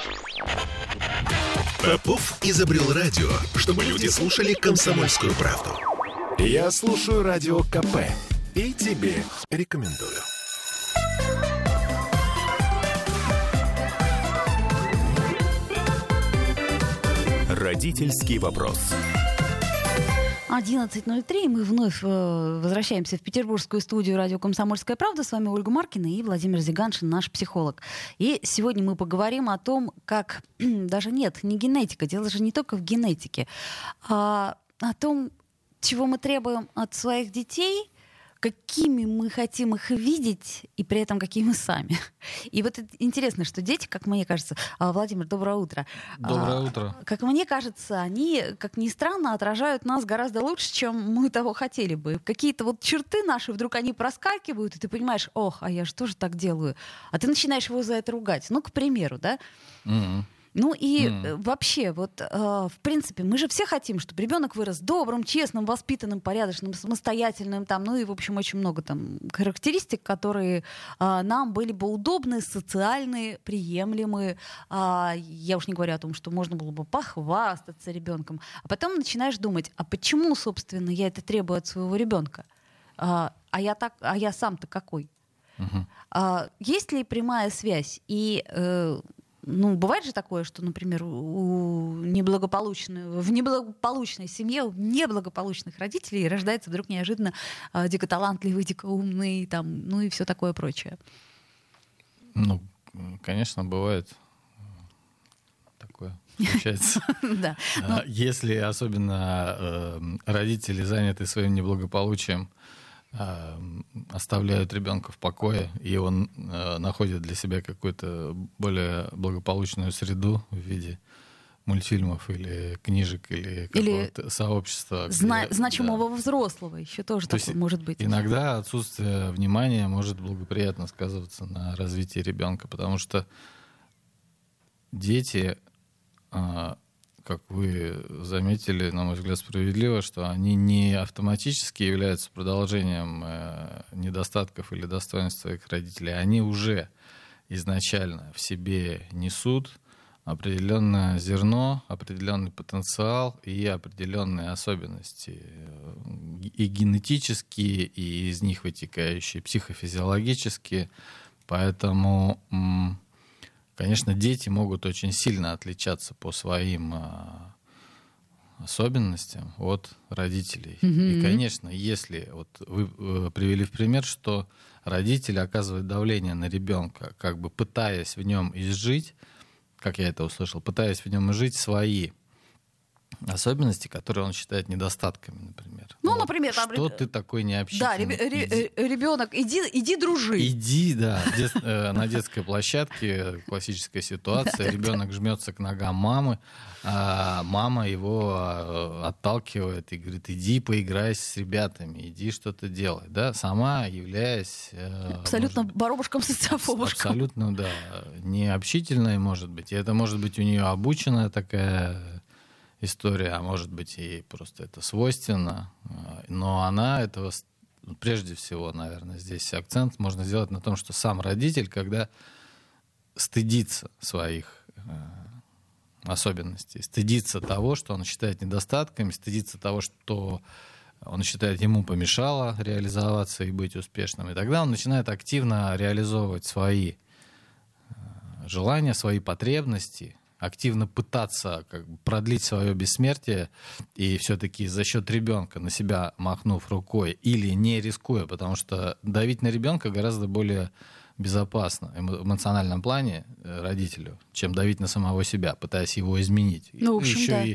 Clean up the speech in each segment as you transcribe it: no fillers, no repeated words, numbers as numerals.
Попов изобрел радио, чтобы люди слушали «Комсомольскую правду». Я слушаю Радио КП и тебе рекомендую. Родительский вопрос. 11:03. Мы вновь возвращаемся в петербургскую студию радио «Комсомольская правда». С вами Ольга Маркина и Владимир Зиганшин, наш психолог. И сегодня мы поговорим о том, как... Даже нет, не генетика. Дело же не только в генетике. А о том, чего мы требуем от своих детей, какими мы хотим их видеть, и при этом какие мы сами. И вот это интересно, что дети, как мне кажется... Владимир, доброе утро. Доброе утро. Как мне кажется, они, как ни странно, отражают нас гораздо лучше, чем мы того хотели бы. Какие-то вот черты наши, вдруг они проскакивают, и ты понимаешь, ох, а я же тоже так делаю. А ты начинаешь его за это ругать. Ну, к примеру, да? Mm-hmm. Ну и вообще, вот в принципе, мы же все хотим, чтобы ребенок вырос добрым, честным, воспитанным, порядочным, самостоятельным, там, ну и, в общем, очень много там характеристик, которые нам были бы удобны, социальные, приемлемые. Я уж не говорю о том, что можно было бы похвастаться ребенком. А потом начинаешь думать, а почему, собственно, я это требую от своего ребенка? А я сам-то какой? Есть ли прямая связь? И ну, бывает же такое, что, например, в неблагополучной семье, у неблагополучных родителей рождается вдруг неожиданно дико талантливый, дико умный, там, ну и все такое прочее. Ну, конечно, бывает такое. Случается. Если особенно родители заняты своим неблагополучием, оставляют ребенка в покое, и он находит для себя какую-то более благополучную среду в виде мультфильмов или книжек, или какого-то сообщества. Значимого взрослого еще тоже такое может быть. Иногда отсутствие внимания может благоприятно сказываться на развитии ребенка, потому что дети, как вы заметили, на мой взгляд, справедливо, что они не автоматически являются продолжением недостатков или достоинств своих родителей. Они уже изначально в себе несут определенное зерно, определенный потенциал и определенные особенности. И генетические, и из них вытекающие психофизиологические. Поэтому... Конечно, дети могут очень сильно отличаться по своим особенностям от родителей. Mm-hmm. И, конечно, если вот вы привели в пример, что родители оказывают давление на ребенка, как бы пытаясь в нем изжить, как я это услышал, пытаясь в нем изжить свои особенности, которые он считает недостатками, например. Ну, например, там, что ты такой необщительный? Да, ребенок, иди дружи. Иди, да. На детской площадке классическая ситуация. Ребенок жмется к ногам мамы, а мама его отталкивает и говорит: иди поиграй с ребятами, иди что-то делай. Да? Сама являясь... абсолютно воробушком-социофобушком. Абсолютно, да. Необщительной, может быть. И это может быть у нее обученная такая... история, а может быть и просто это свойственно, но она этого, прежде всего, наверное, здесь акцент можно сделать на том, что сам родитель, когда стыдится своих особенностей, стыдится того, что он считает недостатками, стыдится того, что он считает, ему помешало реализоваться и быть успешным, и тогда он начинает активно реализовывать свои желания, свои потребности, активно пытаться как бы продлить свое бессмертие и все-таки за счет ребенка, на себя махнув рукой или не рискуя, потому что давить на ребенка гораздо более безопасно в эмоциональном плане родителю, чем давить на самого себя, пытаясь его изменить. Ну, в общем, еще да. И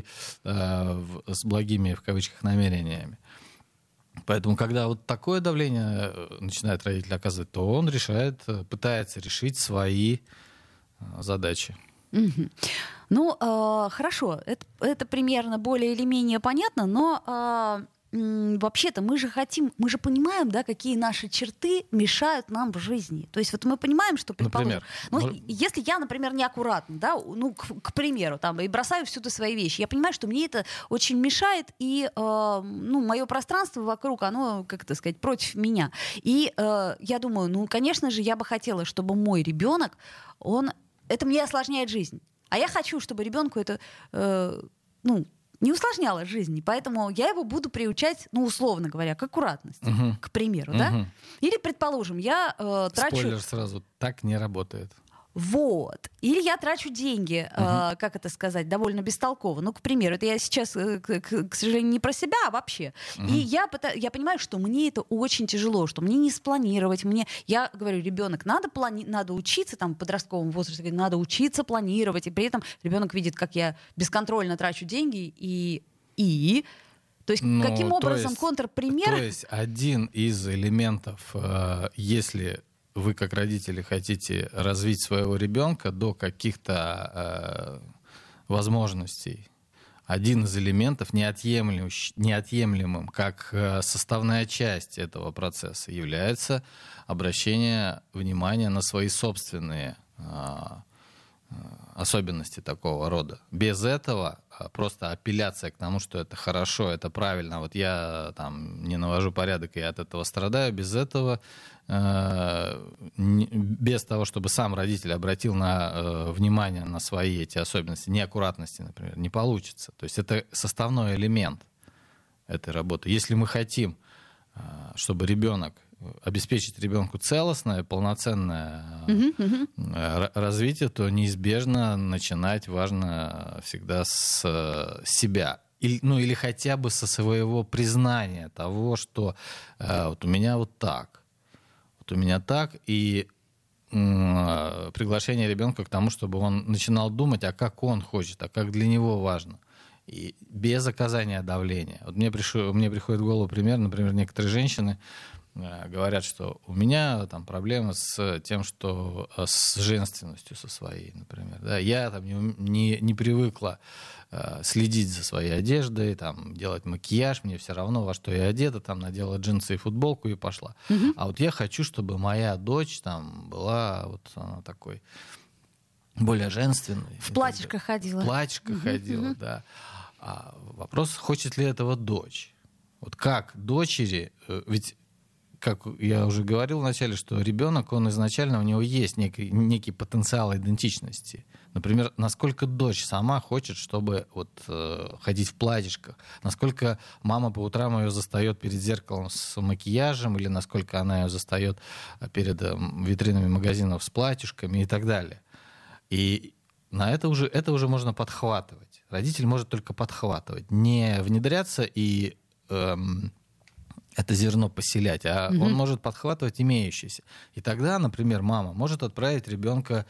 с благими, в кавычках, намерениями. Поэтому, когда вот такое давление начинает родитель оказывать, то он пытается решить свои задачи. Угу. Ну, хорошо, это примерно более или менее понятно, но вообще-то мы же понимаем, да, какие наши черты мешают нам в жизни. То есть вот мы понимаем, что, предположим, если я, например, неаккуратна, да, ну, к примеру, там, и бросаю всюду свои вещи, я понимаю, что мне это очень мешает, и мое пространство вокруг, оно, как это сказать, против меня. И я думаю, ну, конечно же, я бы хотела, чтобы мой ребенок, это мне осложняет жизнь. А я хочу, чтобы ребенку это, не усложняло жизнь, и поэтому я его буду приучать, условно говоря, к аккуратности, к примеру, да? Или, предположим, я трачу... Спойлер сразу, так не работает. Вот. Или я трачу деньги, как это сказать, довольно бестолково. К примеру, это я сейчас, к сожалению, не про себя, а вообще. И я понимаю, что мне это очень тяжело, что мне не спланировать. Я говорю, ребенок, надо учиться, там, в подростковом возрасте, надо учиться планировать. И при этом ребенок видит, как я бесконтрольно трачу деньги и... То есть каким образом контрпример... То есть один из элементов, если... вы как родители хотите развить своего ребенка до каких-то возможностей. Один из элементов, неотъемлемым, как составная часть этого процесса, является обращение внимания на свои собственные особенности такого рода. Без этого просто апелляция к тому, что это хорошо, это правильно, вот я там не навожу порядок и от этого страдаю, без этого, без того, чтобы сам родитель обратил внимание на свои эти особенности, неаккуратности, например, не получится. То есть это составной элемент этой работы. Если мы хотим, чтобы обеспечить ребенку целостное, полноценное развитие, то неизбежно начинать важно всегда с себя. Или хотя бы со своего признания того, что вот у меня вот так. Вот у меня так. И приглашение ребенка к тому, чтобы он начинал думать, а как он хочет, а как для него важно. И без оказания давления. Вот мне приходит в голову пример, например, некоторые женщины говорят, что у меня там проблемы с тем, что с женственностью со своей, например. Да? Я там не привыкла следить за своей одеждой, там, делать макияж, мне все равно, во что я одета, там, надела джинсы и футболку и пошла. А вот я хочу, чтобы моя дочь там была вот она такой более женственной. В платьишках ходила. В платьишках ходила, да. А вопрос, хочет ли этого дочь? Вот как дочери, ведь как я уже говорил вначале, что ребенок, он изначально, у него есть некий потенциал идентичности. Например, насколько дочь сама хочет, чтобы ходить в платьишках, насколько мама по утрам ее застает перед зеркалом с макияжем, или насколько она ее застает перед витринами магазинов с платьишками и так далее. И на это уже можно подхватывать. Родитель может только подхватывать, не внедряться и это зерно поселять, а он может подхватывать имеющееся. И тогда, например, мама может отправить ребенка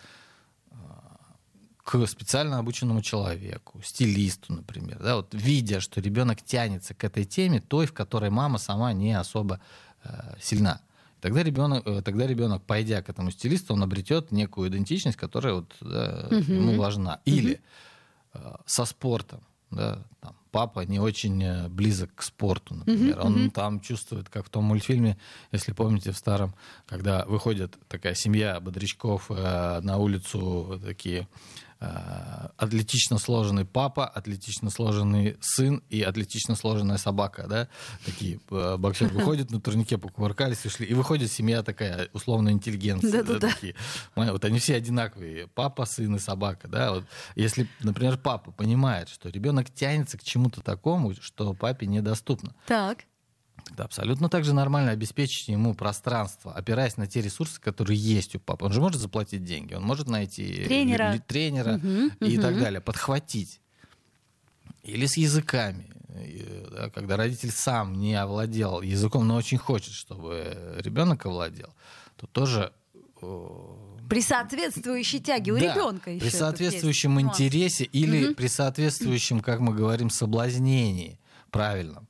к специально обученному человеку, стилисту, например, да, вот, видя, что ребенок тянется к этой теме, той, в которой мама сама не особо сильна. Тогда ребенок, пойдя к этому стилисту, он обретет некую идентичность, которая ему важна. Или со спортом. Да, там, папа не очень близок к спорту, например. Он там чувствует, как в том мультфильме, если помните, в старом, когда выходит такая семья бодрячков на улицу, такие атлетично сложенный папа, атлетично сложенный сын и атлетично сложенная собака, да, такие боксеры выходят на турнике, покувыркались, ушли, и выходит семья такая условно интеллигенция, да, такие. Вот они все одинаковые, папа, сын и собака, да, вот. Если, например, папа понимает, что ребенок тянется к чему-то такому, что папе недоступно. Так. Тогда абсолютно так же нормально обеспечить ему пространство, опираясь на те ресурсы, которые есть у папы. Он же может заплатить деньги, он может найти тренера и так далее, подхватить. Или с языками. Да, когда родитель сам не овладел языком, но очень хочет, чтобы ребенок овладел, то тоже... При соответствующей тяге у ребенка еще. При соответствующем интересе или при соответствующем, как мы говорим, соблазнении правильном.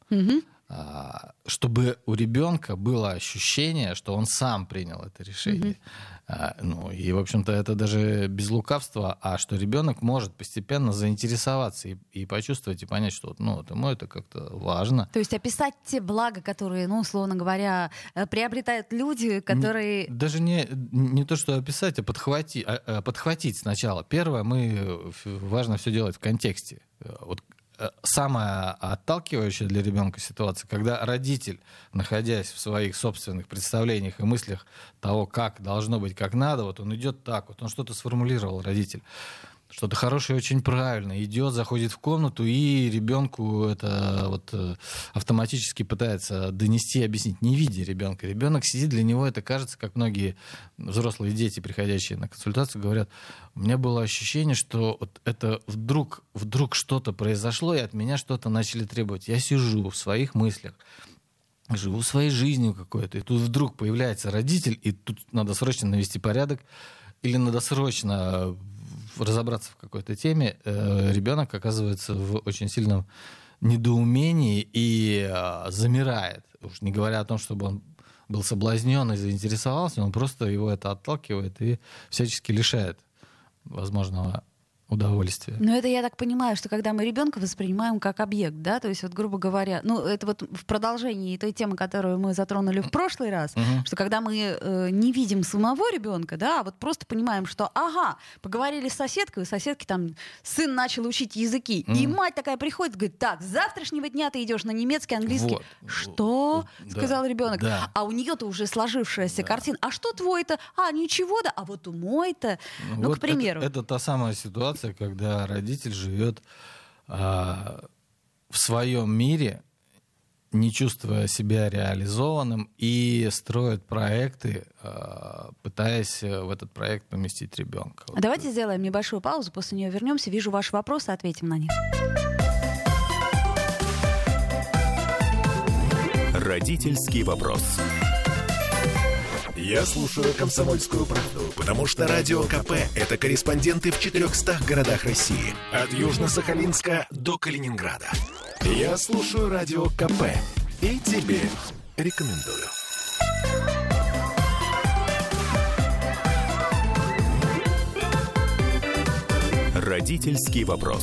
Чтобы у ребенка было ощущение, что он сам принял это решение. И, в общем-то, это даже без лукавства, а что ребенок может постепенно заинтересоваться и почувствовать, и понять, что ему это как-то важно. То есть описать те блага, которые, условно говоря, приобретают люди, которые... Даже не то, что описать, а подхватить сначала. Первое, важно все делать в контексте. Вот самая отталкивающая для ребенка ситуация, когда родитель, находясь в своих собственных представлениях и мыслях того, как должно быть, как надо, он идет так, он что-то сформулировал, родитель. что-то хорошее очень правильно, идет, заходит в комнату, и ребенку это вот автоматически пытается донести, объяснить, не видя ребенка. Ребенок сидит, для него это кажется, как многие взрослые дети, приходящие на консультацию, говорят, у меня было ощущение, что вот это вдруг что-то произошло, и от меня что-то начали требовать. Я сижу в своих мыслях, живу своей жизнью какой-то, и тут вдруг появляется родитель, и тут надо срочно навести порядок, или надо срочно разобраться в какой-то теме, ребенок оказывается в очень сильном недоумении и замирает. Уж не говоря о том, чтобы он был соблазнен и заинтересовался, он просто его это отталкивает и всячески лишает возможного удовольствия. Но это я так понимаю, что когда мы ребенка воспринимаем как объект, да, то есть вот, грубо говоря, ну это вот в продолжении той темы, которую мы затронули в прошлый раз, что когда мы не видим самого ребенка, да, а вот просто понимаем, что, ага, поговорили с соседкой, у соседки там сын начал учить языки, и мать такая приходит, говорит, так, с завтрашнего дня ты идешь на немецкий, английский. Вот. Что? Сказал ребенок. Да. А у нее-то уже сложившаяся картина. А что твой-то? А, ничего, да. А вот у мой-то, ну, вот к примеру. Это та самая ситуация, когда родитель живет в своем мире, не чувствуя себя реализованным, и строит проекты, пытаясь в этот проект поместить ребенка. Вот. Давайте сделаем небольшую паузу, после нее вернемся. Вижу ваши вопросы, ответим на них. Родительский вопрос. Я слушаю «Комсомольскую правду», потому что Радио КП — это корреспонденты в 400 городах России. От Южно-Сахалинска до Калининграда. Я слушаю Радио КП и тебе рекомендую. Родительский вопрос.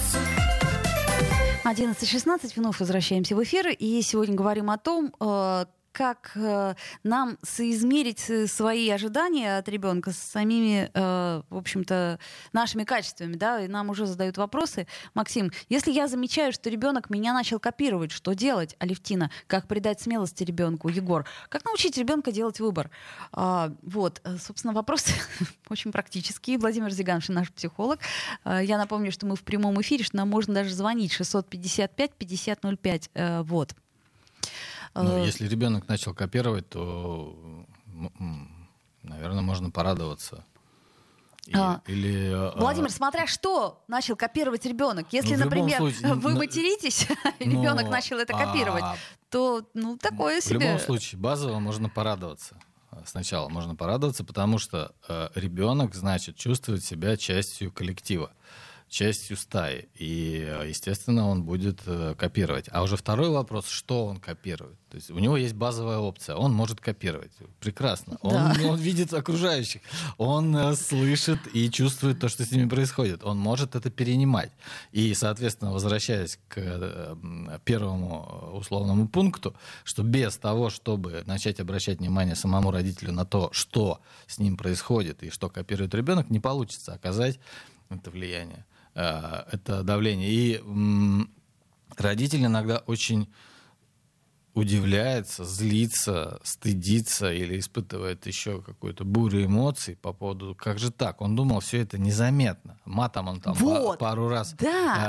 11:16, вновь возвращаемся в эфир, и сегодня говорим о том, как нам соизмерить свои ожидания от ребенка с самими, в общем-то, нашими качествами, да, и нам уже задают вопросы. Максим, если я замечаю, что ребенок меня начал копировать, что делать? Алевтина, как придать смелости ребенку? Егор, как научить ребенка делать выбор? Вот, собственно, вопрос очень практический. Владимир Зиганшин, наш психолог. Я напомню, что мы в прямом эфире, что нам можно даже звонить 655-5005. Вот. Ну, если ребенок начал копировать, то, наверное, можно порадоваться. Владимир, смотря что начал копировать ребенок. Если, например, случае, вы материтесь, ребенок начал это копировать, то такое себе. В любом случае, базово можно порадоваться. Сначала можно порадоваться, потому что ребенок, значит, чувствует себя частью коллектива, частью стаи. И, естественно, он будет копировать. А уже второй вопрос, что он копирует. То есть у него есть базовая опция. Он может копировать. Прекрасно. Он видит окружающих. Он слышит и чувствует то, что с ними происходит. Он может это перенимать. И, соответственно, возвращаясь к первому условному пункту, что без того, чтобы начать обращать внимание самому родителю на то, что с ним происходит и что копирует ребенок, не получится оказать это влияние. Это давление. И родитель иногда очень удивляется, злится, стыдится или испытывает еще какую-то бурю эмоций по поводу, как же так? Он думал, все это незаметно. Матом он там пару раз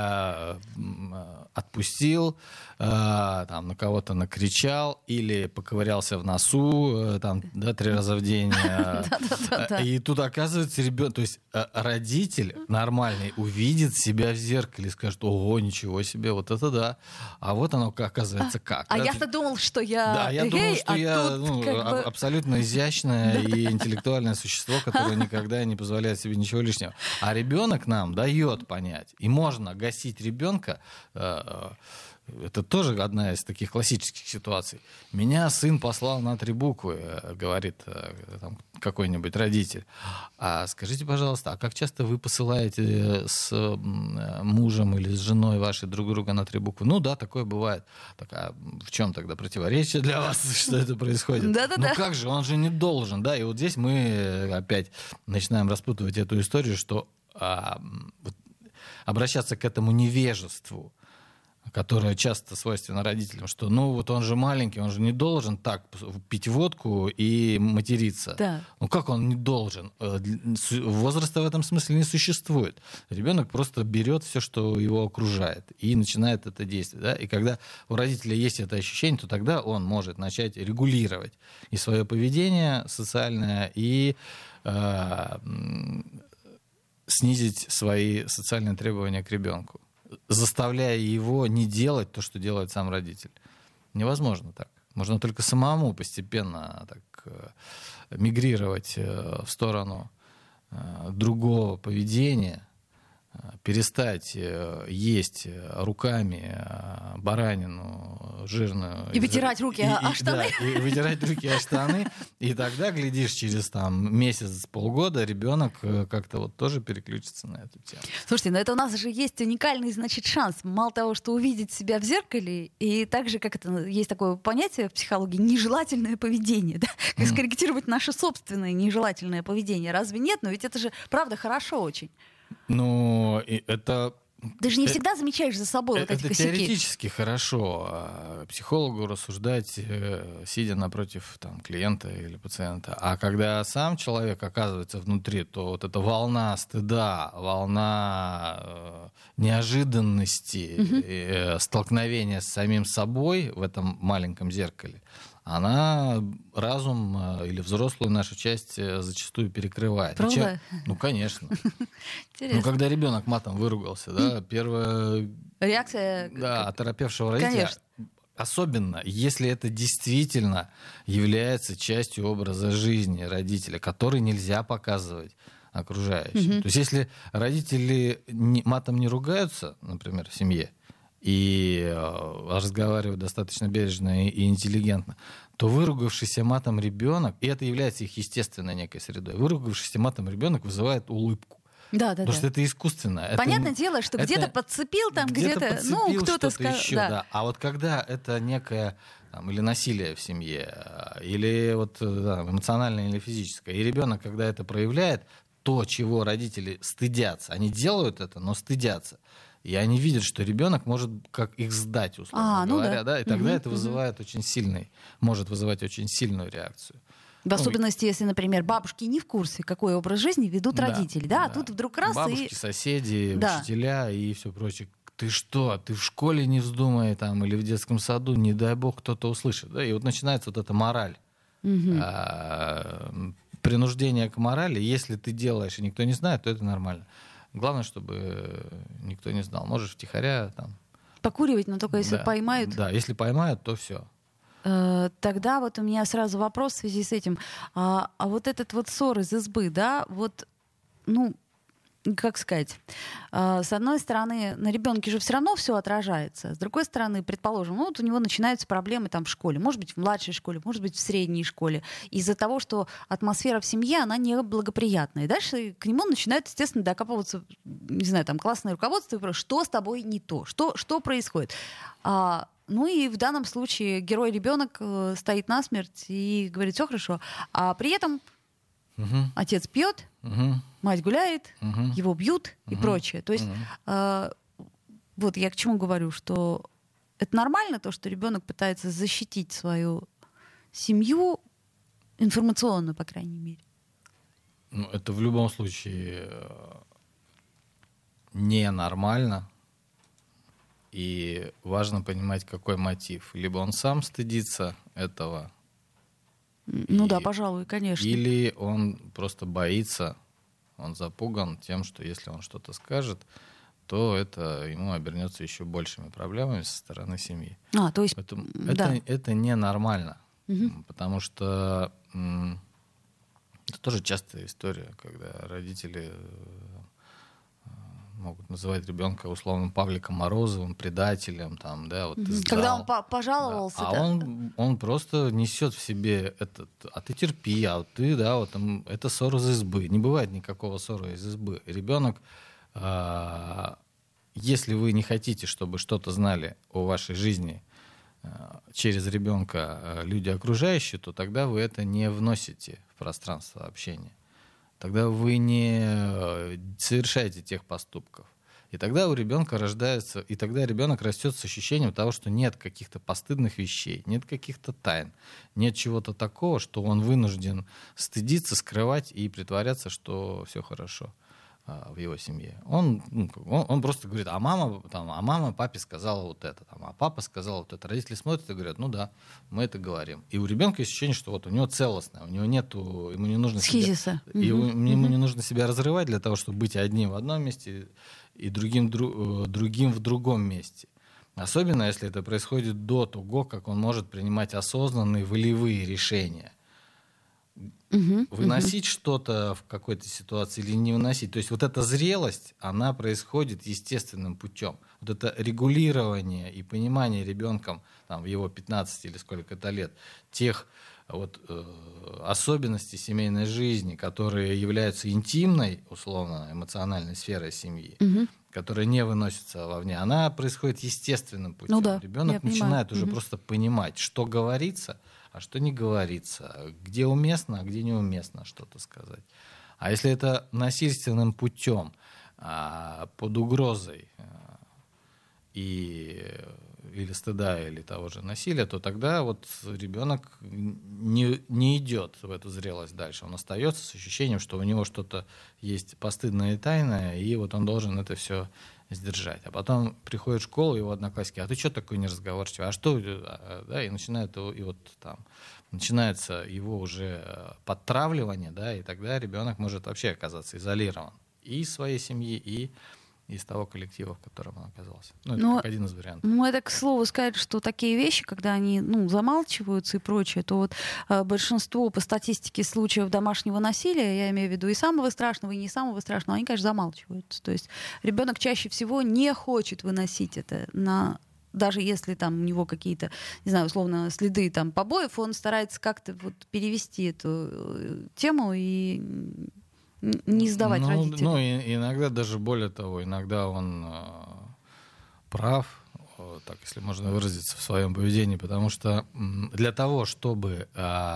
отпустил, там на кого-то накричал или поковырялся в носу, там, 3 раза в день. И тут оказывается ребенок, то есть родитель нормальный увидит себя в зеркале и скажет, ого, ничего себе, вот это да. А вот оно оказывается как. А я-то думал, что я Да, я думал, что я абсолютно изящное и интеллектуальное существо, которое никогда не позволяет себе ничего лишнего. А ребенок нам дает понять. И можно гасить ребенка. Это тоже одна из таких классических ситуаций. Меня сын послал на 3 буквы, говорит там, какой-нибудь родитель. А скажите, пожалуйста, а как часто вы посылаете с мужем или с женой вашей друг друга на 3 буквы? Ну да, такое бывает. Так, а в чем тогда противоречие для вас, что это происходит? Ну как же, он же не должен. Да? И вот здесь мы опять начинаем распутывать эту историю, что обращаться к этому невежеству которая часто свойственна родителям, что ну вот он же маленький, он же не должен так пить водку и материться. Да. Ну как он не должен? Возраста в этом смысле не существует. Ребенок просто берет все, что его окружает, и начинает это действовать. Да? И когда у родителя есть это ощущение, то тогда он может начать регулировать и свое поведение социальное, и снизить свои социальные требования к ребенку, заставляя его не делать то, что делает сам родитель. Невозможно так. Можно только самому постепенно так мигрировать в сторону другого поведения, перестать есть руками баранину жирную. И вытирать руки о штаны. Да, и вытирать руки о штаны. И тогда, глядишь, через месяц, полгода ребенок как-то вот тоже переключится на эту тему. Слушайте, но это у нас же есть уникальный, значит, шанс. Мало того, что увидеть себя в зеркале, и также, как это есть такое понятие в психологии, нежелательное поведение. Да? Как скорректировать наше собственное нежелательное поведение. Разве нет? Но ведь это же, правда, хорошо очень. Ну, это... Ты же не всегда замечаешь за собой вот эти это косяки. теоретически хорошо. Психологу рассуждать, сидя напротив клиента или пациента. А когда сам человек оказывается внутри, то вот эта волна стыда, волна неожиданности, столкновения с самим собой в этом маленьком зеркале, она разум или взрослую нашу часть зачастую перекрывает. Правда? Ну, конечно. Интересно. Ну, когда ребенок матом выругался, да, первая реакция оторопевшего родителя, конечно. особенно если это действительно является частью образа жизни родителя, который нельзя показывать окружающим. То есть если родители матом не ругаются, например, в семье, и разговаривают достаточно бережно и интеллигентно, то выругавшийся матом ребенок, и это является их естественной некой средой, выругавшийся матом ребенок вызывает улыбку. Да. Потому что это искусственно. Понятное дело, что где-то подцепил, там где-то, кто-то сказал. Да. А вот когда это некое или насилие в семье, или эмоциональное или физическое, и ребенок, когда это проявляет, то, чего родители стыдятся, они делают это, но стыдятся. И они видят, что ребенок может как их сдать, условно говоря, да, и тогда это вызывает может вызывать очень сильную реакцию. В особенности, если, например, бабушки не в курсе, какой образ жизни ведут родители, да, а тут вдруг раз бабушки, соседи, учителя и все прочее. Ты что, ты в школе не вздумай или в детском саду, не дай бог кто-то услышит, да, и вот начинается вот эта мораль. Принуждение к морали, если ты делаешь и никто не знает, то это нормально. Главное, чтобы никто не знал. Можешь втихаря покуривать, но только если поймают. Да, если поймают, то все. Тогда вот у меня сразу вопрос в связи с этим. А вот этот вот ссор из избы, да, как сказать, с одной стороны, на ребенке же все равно все отражается. С другой стороны, предположим, у него начинаются проблемы в школе, может быть, в младшей школе, может быть, в средней школе, из-за того, что атмосфера в семье, она неблагоприятная. И дальше к нему начинают, естественно, докапываться, не знаю, классное руководство, и прочее, что с тобой не то, что происходит. И в данном случае герой-ребенок стоит насмерть и говорит, все хорошо. А при этом отец пьет, мать гуляет, его бьют и прочее. То есть вот я к чему говорю, что это нормально, то, что ребенок пытается защитить свою семью информационно, по крайней мере. Это в любом случае ненормально. И важно понимать, какой мотив. Либо он сам стыдится этого. Пожалуй, конечно. Или он просто боится, он запуган тем, что если он что-то скажет, то это ему обернется еще большими проблемами со стороны семьи. То есть, это ненормально. Потому что это тоже частая история, когда родители могут называть ребенка условным Павликом Морозовым, предателем, когда он пожаловался. Он просто несет в себе а ты терпи, это ссор из избы. Не бывает никакого ссора из избы. Ребенок, если вы не хотите, чтобы что-то знали о вашей жизни через ребенка люди окружающие, то тогда вы это не вносите в пространство общения. Тогда вы не совершаете тех поступков. И тогда у ребенка рождается, и тогда ребенок растет с ощущением того, что нет каких-то постыдных вещей, нет каких-то тайн, нет чего-то такого, что он вынужден стыдиться, скрывать и притворяться, что все хорошо в его семье. Он просто говорит, а мама папе сказала вот это, а папа сказал вот это. Родители смотрят и говорят, ну да, мы это говорим. И у ребенка есть ощущение, что вот у него целостное, у него нету, ему не нужно ему не нужно себя разрывать для того, чтобы быть одним в одном месте и другим в другом месте. Особенно, если это происходит до того, как он может принимать осознанные волевые решения. Выносить что-то в какой-то ситуации или не выносить. То есть вот эта зрелость, она происходит естественным путем. Вот это регулирование и понимание ребенком в его 15 или сколько-то лет тех особенностей семейной жизни, которые являются интимной, условно, эмоциональной сферой семьи, которая не выносится вовне, она происходит естественным путем. Ну да, ребенок начинает уже просто понимать, что говорится, а что не говорится, где уместно, а где неуместно что-то сказать. А если это насильственным путем, под угрозой или стыда, или того же насилия, то тогда вот ребенок не идет в эту зрелость дальше. Он остается с ощущением, что у него что-то есть постыдное и тайное, и вот он должен это все сдержать. А потом приходит в школу, его одноклассники, а ты что такой неразговорчивый? А что? Да, и начинается его уже подтравливание, да, и тогда ребенок может вообще оказаться изолирован и из своей семьи, и из того коллектива, в котором он оказался. Это как один из вариантов. Это, к слову, сказать, что такие вещи, когда они замалчиваются и прочее, то вот большинство по статистике случаев домашнего насилия, я имею в виду и самого страшного, и не самого страшного, они, конечно, замалчиваются. То есть ребенок чаще всего не хочет выносить это даже если там у него какие-то, не знаю, условно, следы там побоев, он старается как-то перевести эту тему и не сдавать родителям. Иногда даже более того, иногда он прав, так если можно выразиться, в своем поведении, потому что для того, чтобы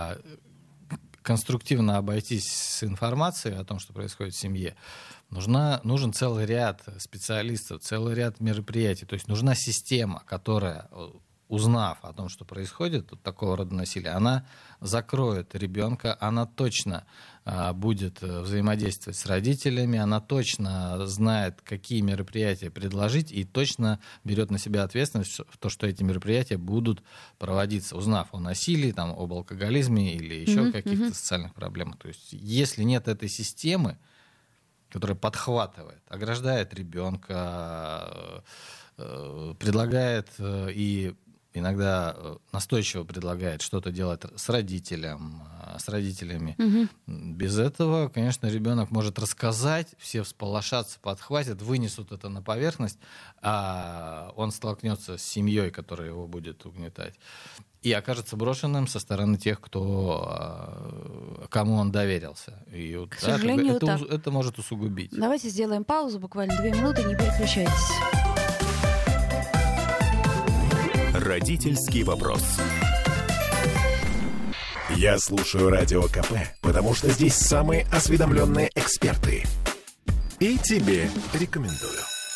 конструктивно обойтись с информацией о том, что происходит в семье, нужен целый ряд специалистов, целый ряд мероприятий. То есть нужна система, которая, узнав о том, что происходит, такого рода насилие, она закроет ребенка, она точно будет взаимодействовать с родителями, она точно знает, какие мероприятия предложить, и точно берет на себя ответственность в то, что эти мероприятия будут проводиться, узнав о насилии, об алкоголизме или еще каких-то социальных проблемах. То есть если нет этой системы, которая подхватывает, ограждает ребенка, предлагает и иногда настойчиво предлагает что-то делать с родителями. Без этого, конечно, ребенок может рассказать, все всполошатся, подхватят, вынесут это на поверхность, а он столкнется с семьей, которая его будет угнетать, и окажется брошенным со стороны тех, кому он доверился. И к сожалению, это может усугубить. Давайте сделаем паузу, буквально 2 минуты, не переключайтесь. Родительский вопрос. Я слушаю Радио КП, потому что здесь самые осведомленные эксперты. И тебе рекомендую.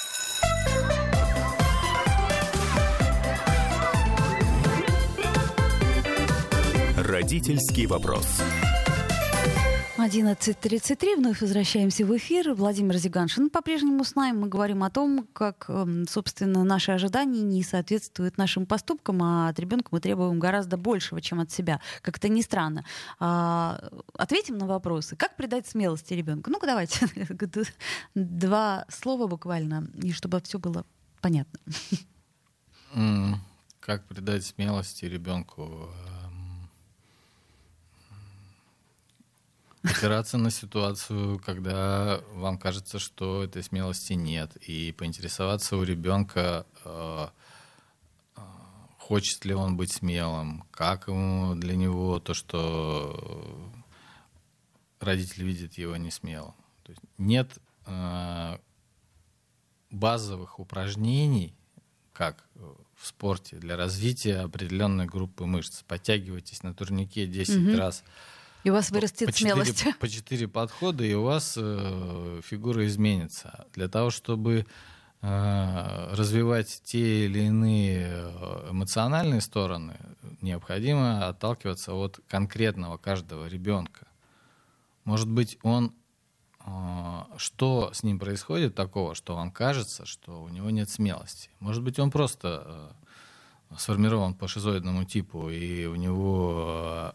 Родительский вопрос. 11:33, вновь возвращаемся в эфир. Владимир Зиганшин по-прежнему с нами. Мы говорим о том, как, собственно, наши ожидания не соответствуют нашим поступкам, а от ребенка мы требуем гораздо большего, чем от себя. Как это ни странно. Ответим на вопросы. Как придать смелости ребенку? Ну-ка, давайте 2 слова буквально, и чтобы все было понятно. Как придать смелости ребенку? Опираться на ситуацию, когда вам кажется, что этой смелости нет, и поинтересоваться у ребенка, хочет ли он быть смелым, как ему для него то, что родители видят его несмелым. То есть нет базовых упражнений, как в спорте, для развития определенной группы мышц. Подтягивайтесь на турнике 10 раз. И у вас вырастет смелость. По 4 подхода, и у вас фигура изменится. Для того, чтобы развивать те или иные эмоциональные стороны, необходимо отталкиваться от конкретного каждого ребенка. Может быть, что с ним происходит такого, что вам кажется, что у него нет смелости. Может быть, он просто сформирован по шизоидному типу, и у него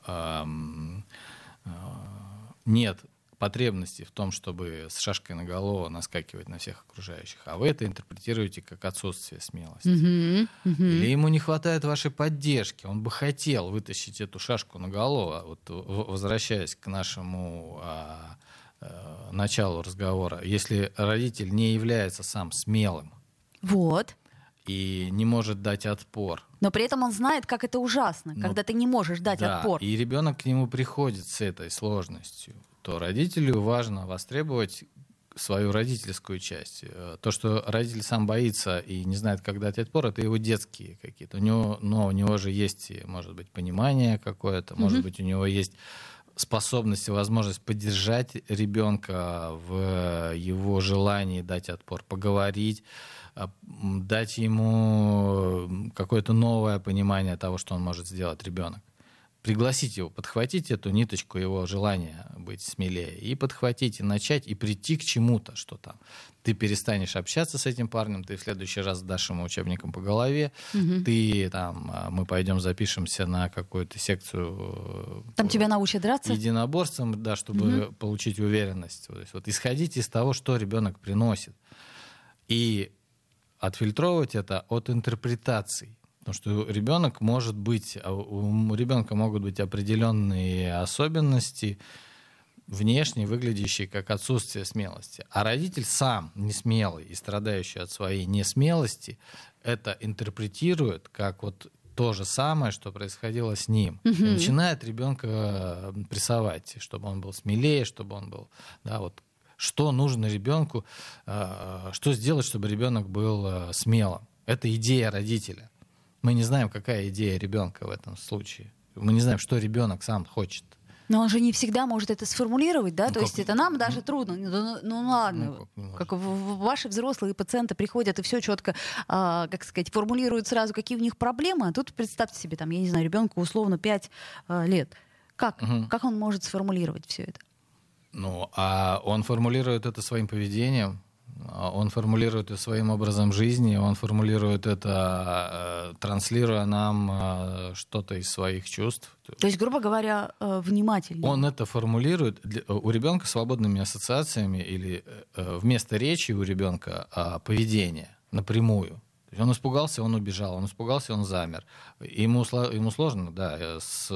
нет потребности в том, чтобы с шашкой наголо наскакивать на всех окружающих, а вы это интерпретируете как отсутствие смелости. Или ему не хватает вашей поддержки, он бы хотел вытащить эту шашку наголо. Вот, возвращаясь к нашему началу разговора, если родитель не является сам смелым, вот, и не может дать отпор. Но при этом он знает, как это ужасно, когда ты не можешь дать отпор. И ребенок к нему приходит с этой сложностью, то родителю важно востребовать свою родительскую часть. То, что родитель сам боится и не знает, как дать отпор, это его детские какие-то. У него же есть, может быть, понимание какое-то, может быть, у него есть способность и возможность поддержать ребенка в его желании дать отпор, поговорить, дать ему какое-то новое понимание того, что он может сделать ребенок. Пригласить его, подхватить эту ниточку его желания быть смелее и подхватить, и начать, и прийти к чему-то, что там. Ты перестанешь общаться с этим парнем, ты в следующий раз дашь ему учебником по голове, мы пойдем запишемся на какую-то секцию. Там тебя научат драться? Единоборством, да, чтобы получить уверенность. То есть, исходить из того, что ребенок приносит. И отфильтровывать это от интерпретаций. Потому что у ребенка могут быть определенные особенности, внешне выглядящие как отсутствие смелости. А родитель сам несмелый и страдающий от своей несмелости это интерпретирует как вот то же самое, что происходило с ним. И начинает ребенка прессовать, чтобы он был смелее, чтобы он был... Да, вот, что нужно ребенку, что сделать, чтобы ребенок был смелым. Это идея родителя. Мы не знаем, какая идея ребенка в этом случае. Мы не знаем, что ребенок сам хочет. Но он же не всегда может это сформулировать, да? То есть это нам даже трудно. Ну ладно, как ваши взрослые пациенты приходят и все четко, формулируют сразу, какие у них проблемы. А тут представьте себе, там, я не знаю, ребенку условно 5 лет. Как он может сформулировать все это? А он формулирует это своим поведением. Он формулирует это своим образом жизни, он формулирует это, транслируя нам что-то из своих чувств. То есть, грубо говоря, внимательнее. Он это формулирует у ребенка свободными ассоциациями или вместо речи у ребенка поведение напрямую. Он испугался, он убежал, он испугался, он замер. Ему сложно, да,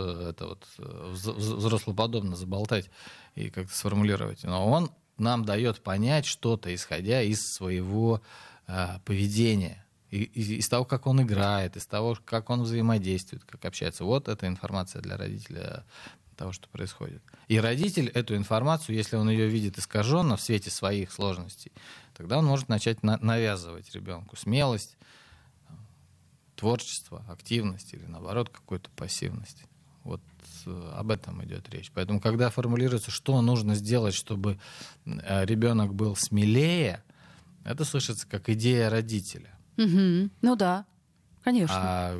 взрослоподобно заболтать и как-то сформулировать. Но он нам дает понять что-то, исходя из своего поведения, из того, как он играет, из того, как он взаимодействует, как общается. Вот эта информация для родителя того, что происходит. И родитель эту информацию, если он ее видит искаженно в свете своих сложностей, тогда он может начать навязывать ребенку смелость, творчество, активность или, наоборот, какую-то пассивность. Вот об этом идет речь. Поэтому, когда формулируется, что нужно сделать, чтобы ребенок был смелее, это слышится как идея родителя. Ну да, конечно.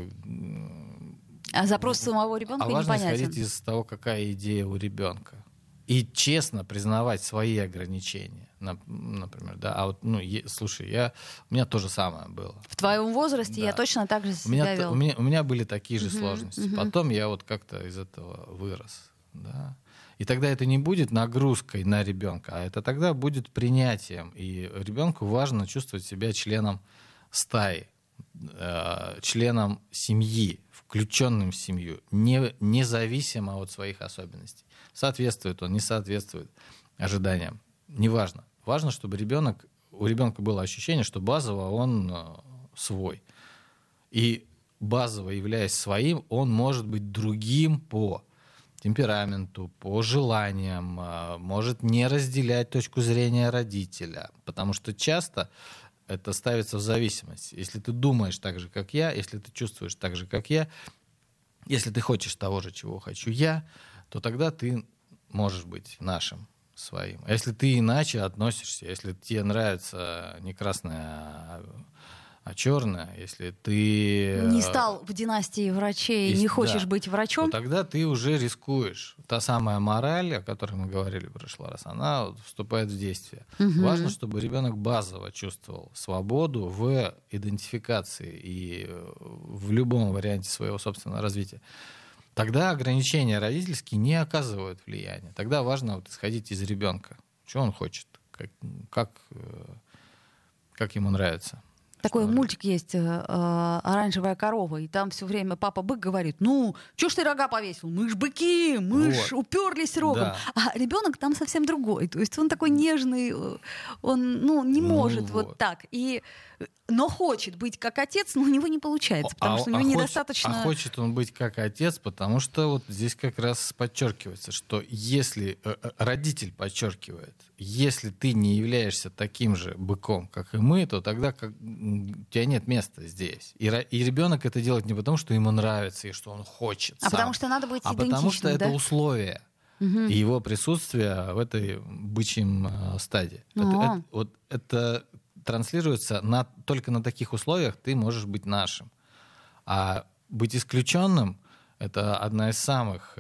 А запрос самого ребенка непонятен. Важно исходить из того, какая идея у ребенка. И честно признавать свои ограничения. Например, да. Слушай, у меня то же самое было. В твоем возрасте я точно так же себя вел. У меня были такие же сложности. Потом я вот как-то из этого вырос. Да. И тогда это не будет нагрузкой на ребенка, а это тогда будет принятием. И ребенку важно чувствовать себя членом стаи, членом семьи, включенным в семью, независимо от своих особенностей. Соответствует он, не соответствует ожиданиям. Неважно. Важно, чтобы у ребенка было ощущение, что базово он свой. И базово являясь своим, он может быть другим по темпераменту, по желаниям, может не разделять точку зрения родителя. Потому что часто это ставится в зависимость. Если ты думаешь так же, как я, если ты чувствуешь так же, как я, если ты хочешь того же, чего хочу я, то тогда ты можешь быть нашим, своим. А если ты иначе относишься, если тебе нравится не красная а черное. Если ты Не стал в династии врачей, не хочешь быть врачом, то тогда ты уже рискуешь. Та самая мораль, о которой мы говорили в прошлый раз, она вступает в действие. Важно, чтобы ребенок базово чувствовал свободу в идентификации и в любом варианте своего собственного развития. Тогда ограничения родительские не оказывают влияния. Тогда важно исходить из ребенка. Что он хочет, как ему нравится. такой мультик есть «Оранжевая корова», и там все время папа-бык говорит: ну, чё ж ты рога повесил? Мы ж быки, мы ж уперлись рогом. Да. А ребенок там совсем другой. То есть он такой нежный, он не может вот так. Но хочет быть как отец, но у него не получается, потому что у него недостаточно... хочет он быть как отец, потому что вот здесь как раз подчеркивается, что если родитель подчеркивает, если ты не являешься таким же быком, как и мы, то тогда у тебя нет места здесь. И ребенок это делает не потому, что ему нравится и что он хочет сам, потому что надо быть идентичным, потому что это условие. И его присутствие в этой бычьем стадии. Это транслируется только на таких условиях ты можешь быть нашим. А быть исключенным — это один из самых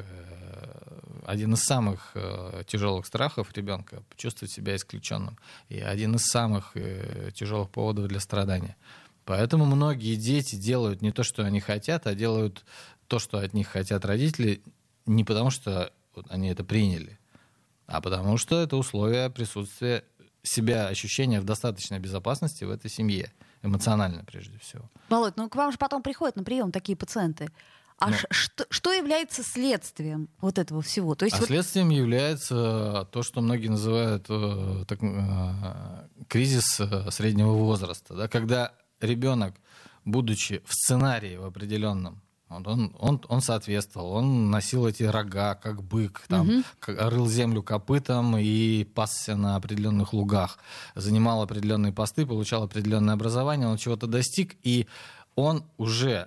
тяжелых страхов ребенка — почувствовать себя исключенным. И один из самых тяжелых поводов для страдания. Поэтому многие дети делают не то, что они хотят, а делают то, что от них хотят родители, не потому что они это приняли, а потому что это условия присутствия себя, ощущение в достаточной безопасности в этой семье. Эмоционально, прежде всего. Володь, к вам же потом приходят на прием такие пациенты. Что является следствием вот этого всего? То есть следствием является то, что многие называют кризис среднего возраста. Да? Когда ребенок, будучи в сценарии в определенном, он соответствовал, он носил эти рога, как бык, рыл землю копытом и пасся на определенных лугах, занимал определенные посты, получал определенное образование, он чего-то достиг, и он уже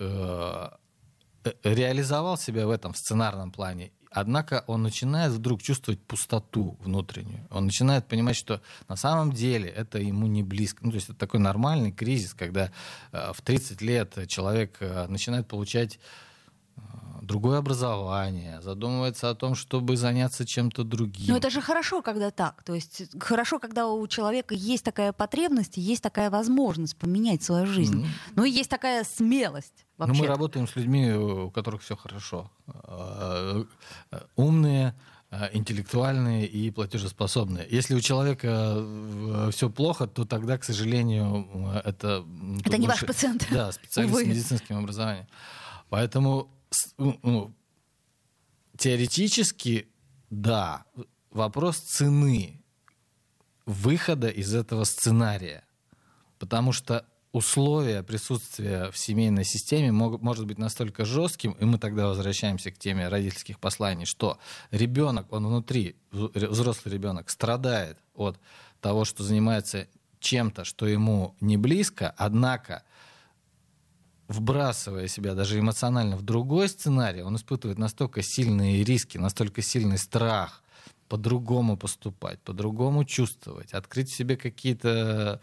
реализовал себя в этом сценарном плане. Однако он начинает вдруг чувствовать пустоту внутреннюю. Он начинает понимать, что на самом деле это ему не близко. То есть это такой нормальный кризис, когда в 30 лет человек начинает получать другое образование, задумывается о том, чтобы заняться чем-то другим. Но это же хорошо, когда так. То есть хорошо, когда у человека есть такая потребность, есть такая возможность поменять свою жизнь. Ну и есть такая смелость. Но мы работаем с людьми, у которых все хорошо. Умные, интеллектуальные и платежеспособные. Если у человека все плохо, то тогда, к сожалению, это не ваш пациент. Да, специалист с медицинским образованием. Поэтому теоретически, да, вопрос цены выхода из этого сценария. Потому что условия присутствия в семейной системе может быть настолько жестким, и мы тогда возвращаемся к теме родительских посланий, что ребенок, он внутри, взрослый ребенок, страдает от того, что занимается чем-то, что ему не близко, однако, вбрасывая себя даже эмоционально в другой сценарий, он испытывает настолько сильные риски, настолько сильный страх по-другому поступать, по-другому чувствовать, открыть в себе какие-то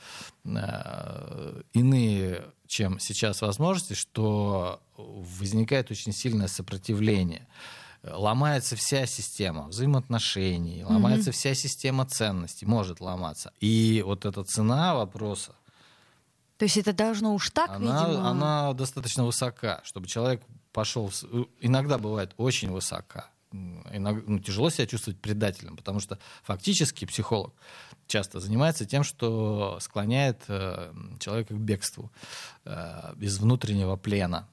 иные, чем сейчас, возможности, что возникает очень сильное сопротивление. Ломается вся система взаимоотношений, ломается вся система ценностей, может ломаться. И вот эта цена вопроса, то есть это должно уж так, видимо... Она достаточно высока, чтобы человек пошел... Иногда бывает очень высока. Тяжело себя чувствовать предателем, потому что фактически психолог часто занимается тем, что склоняет человека к бегству из внутреннего плена,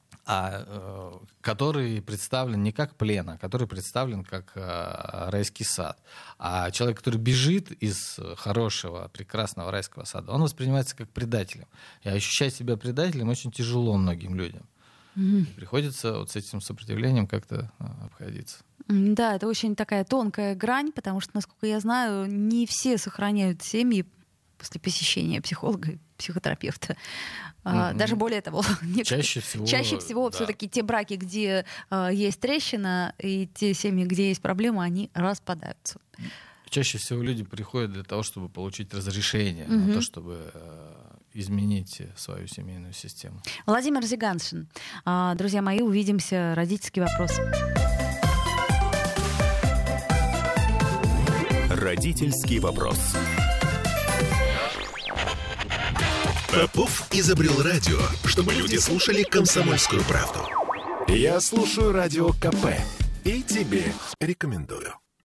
который представлен не как плен, а который представлен как райский сад. А человек, который бежит из хорошего, прекрасного райского сада, он воспринимается как предателем. И ощущать себя предателем очень тяжело многим людям. Приходится с этим сопротивлением как-то обходиться. Да, это очень такая тонкая грань, потому что, насколько я знаю, не все сохраняют семьи после посещения психолога и психотерапевта. Даже более того, чаще всего да. Все-таки те браки, где есть трещина, и те семьи, где есть проблема, они распадаются. Чаще всего люди приходят для того, чтобы получить разрешение на то, чтобы измените свою семейную систему. Владимир Зиганшин. Друзья мои, увидимся. Родительский вопрос. Родительский вопрос. Попов изобрел радио, чтобы люди слушали «Комсомольскую правду». Я слушаю Радио КП и тебе рекомендую.